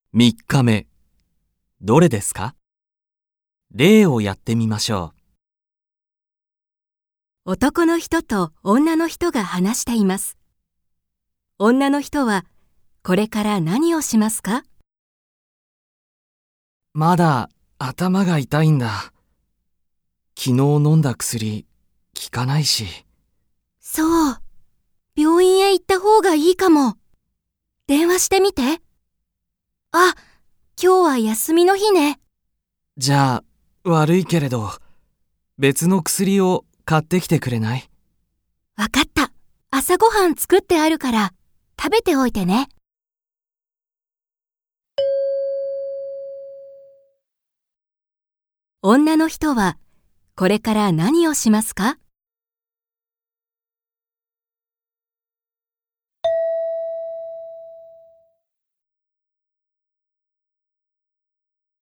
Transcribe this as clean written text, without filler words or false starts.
3日目、どれですか？例をやってみましょう。男の人と女の人が話しています。女の人は、これから何をしますか？ まだ頭が痛いんだ。昨日飲んだ薬、効かないし。 そう。病院へ行った方がいいかも。電話してみて。あ、今日は休みの日ね。 じゃあ、悪いけれど、別の薬を買ってきてくれない？ わかった。朝ごはん作ってあるから食べておいてね。女の人はこれから何をしますか？